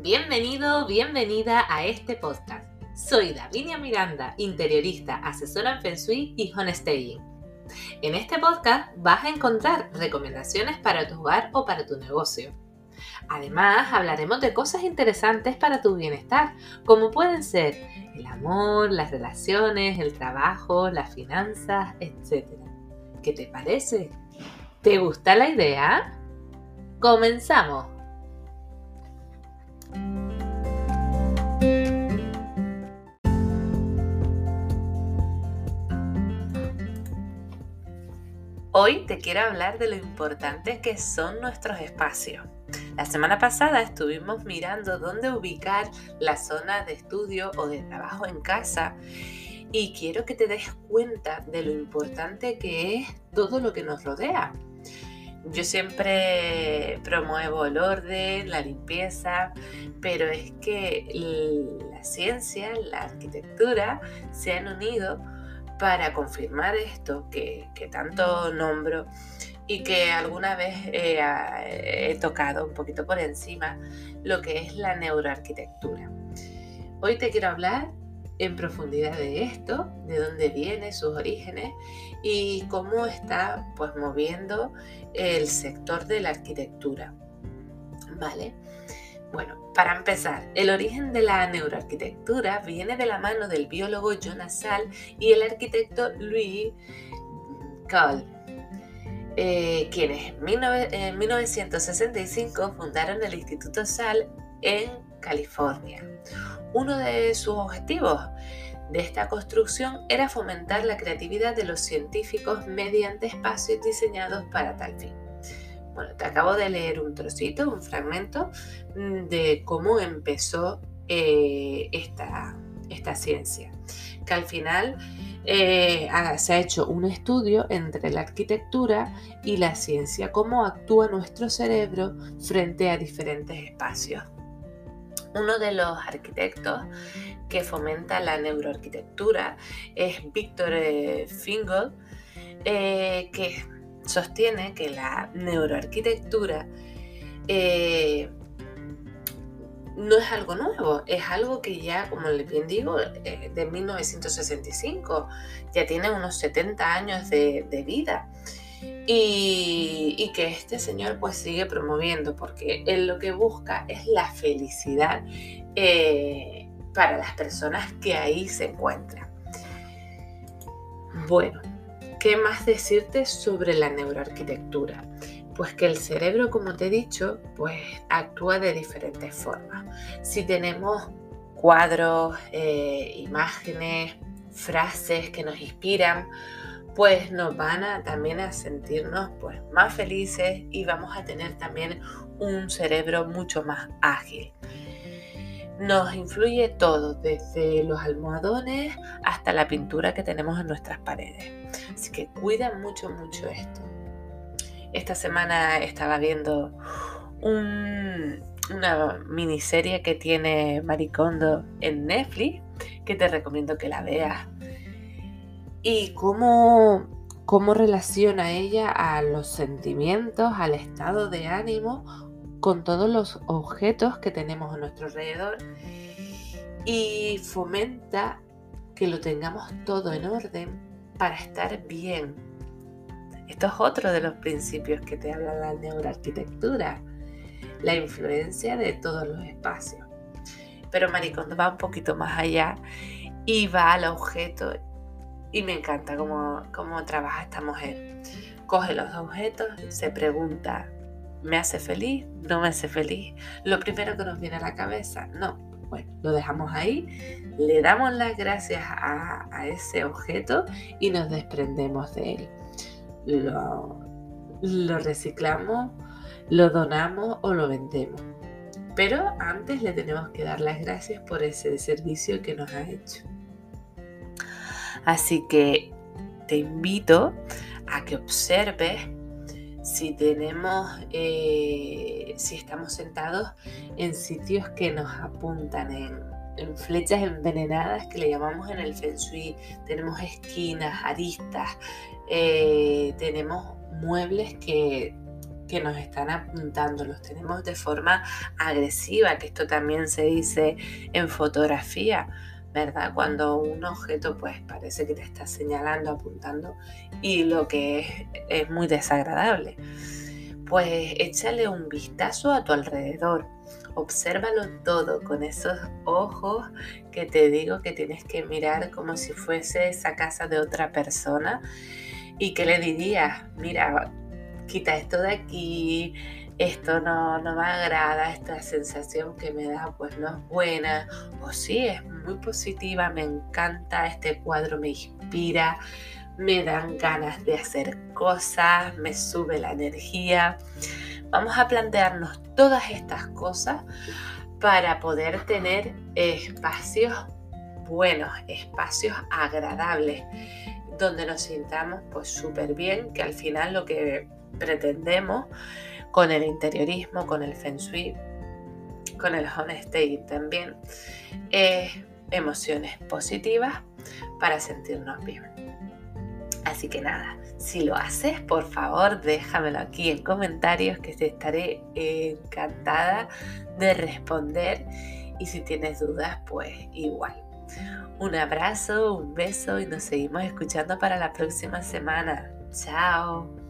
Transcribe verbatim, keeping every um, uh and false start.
Bienvenido, bienvenida a este podcast. Soy Davinia Miranda, interiorista, asesora en Feng Shui y Homestaying. En este podcast vas a encontrar recomendaciones para tu hogar o para tu negocio. Además, hablaremos de cosas interesantes para tu bienestar, como pueden ser el amor, las relaciones, el trabajo, las finanzas, etcétera. ¿Qué te parece? ¿Te gusta la idea? ¡Comenzamos! Hoy te quiero hablar de lo importante que son nuestros espacios. La semana pasada estuvimos mirando dónde ubicar la zona de estudio o de trabajo en casa y quiero que te des cuenta de lo importante que es todo lo que nos rodea. Yo siempre promuevo el orden, la limpieza, pero es que la ciencia, la arquitectura se han unido para confirmar esto que, que tanto nombro y que alguna vez eh, he tocado un poquito por encima, lo que es la neuroarquitectura. Hoy te quiero hablar en profundidad de esto, de dónde viene, sus orígenes y cómo está pues moviendo el sector de la arquitectura. ¿Vale? Bueno, para empezar, el origen de la neuroarquitectura viene de la mano del biólogo Jonas Salk y el arquitecto Louis Kahn, eh, quienes en mil novecientos sesenta y cinco fundaron el Instituto Salk en California. Uno de sus objetivos de esta construcción era fomentar la creatividad de los científicos mediante espacios diseñados para tal fin. Bueno, te acabo de leer un trocito, un fragmento de cómo empezó eh, esta, esta ciencia, que al final eh, se ha hecho un estudio entre la arquitectura y la ciencia, cómo actúa nuestro cerebro frente a diferentes espacios. Uno de los arquitectos que fomenta la neuroarquitectura es Victor eh, Fingold, eh, que sostiene que la neuroarquitectura eh, no es algo nuevo, es algo que ya, como les bien digo, eh, de mil novecientos sesenta y cinco, ya tiene unos setenta años de, de vida y, y que este señor pues sigue promoviendo porque él lo que busca es la felicidad eh, para las personas que ahí se encuentran. Bueno, ¿qué más decirte sobre la neuroarquitectura? Pues que el cerebro, como te he dicho, pues actúa de diferentes formas. Si tenemos cuadros, eh, imágenes, frases que nos inspiran, pues nos van a también a sentirnos pues más felices y vamos a tener también un cerebro mucho más ágil. Nos influye todo, desde los almohadones hasta la pintura que tenemos en nuestras paredes. Así que cuida mucho, mucho esto. Esta semana estaba viendo un, una miniserie que tiene Marie Kondo en Netflix, que te recomiendo que la veas. Y cómo, cómo relaciona ella a los sentimientos, al estado de ánimo, con todos los objetos que tenemos a nuestro alrededor y fomenta que lo tengamos todo en orden para estar bien. Esto es otro de los principios que te habla la neuroarquitectura, la influencia de todos los espacios. Pero Marie Kondo va un poquito más allá y va al objeto y me encanta cómo, cómo trabaja esta mujer. Coge los objetos, se pregunta, ¿me hace feliz? ¿No me hace feliz? Lo primero que nos viene a la cabeza, no. Bueno, lo dejamos ahí, le damos las gracias a, a ese objeto y nos desprendemos de él. Lo, lo reciclamos, lo donamos o lo vendemos. Pero antes le tenemos que dar las gracias por ese servicio que nos ha hecho. Así que te invito a que observes si tenemos, eh, si estamos sentados en sitios que nos apuntan en, en flechas envenenadas que le llamamos en el Feng Shui. Tenemos esquinas, aristas, eh, tenemos muebles que que nos están apuntando, los tenemos de forma agresiva, que esto también se dice en fotografía, ¿verdad? Cuando un objeto pues parece que te está señalando, apuntando y lo que es, es muy desagradable. Pues échale un vistazo a tu alrededor, obsérvalo todo con esos ojos que te digo que tienes que mirar como si fuese esa casa de otra persona y que le dirías, mira, quita esto de aquí, esto no, no me agrada, esta sensación que me da pues no es buena, o sí, es muy positiva, me encanta, este cuadro me inspira, me dan ganas de hacer cosas, me sube la energía. Vamos a plantearnos todas estas cosas para poder tener espacios buenos, espacios agradables, donde nos sintamos pues súper bien, que al final lo que pretendemos con el interiorismo, con el Feng Shui, con el Home Staging también, es emociones positivas para sentirnos bien. Así que nada, si lo haces, por favor, déjamelo aquí en comentarios que te estaré encantada de responder. Y si tienes dudas, pues igual. Un abrazo, un beso y nos seguimos escuchando para la próxima semana. Chao.